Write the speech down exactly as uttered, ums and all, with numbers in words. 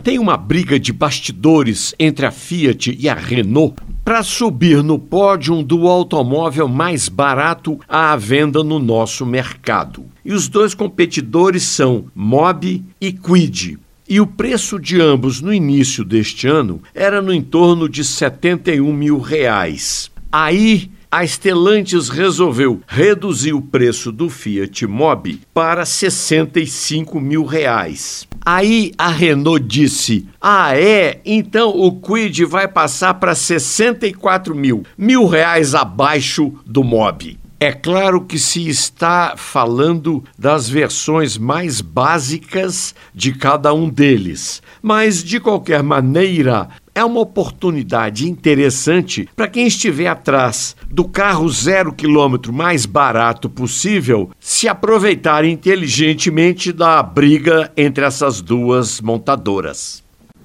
Tem uma briga de bastidores entre a Fiat e a Renault para subir no pódio do automóvel mais barato à venda no nosso mercado. E os dois competidores são Mobi e Kwid. E o preço de ambos no início deste ano era no entorno de setenta e um mil reais. Aí a Stellantis resolveu reduzir o preço do Fiat Mobi para sessenta e cinco mil reais. Aí a Renault disse, ah é? Então o Kwid vai passar para sessenta e quatro mil, mil reais abaixo do Mobi. É claro que se está falando das versões mais básicas de cada um deles, mas de qualquer maneira é uma oportunidade interessante para quem estiver atrás do carro zero quilômetro mais barato possível se aproveitar inteligentemente da briga entre essas duas montadoras.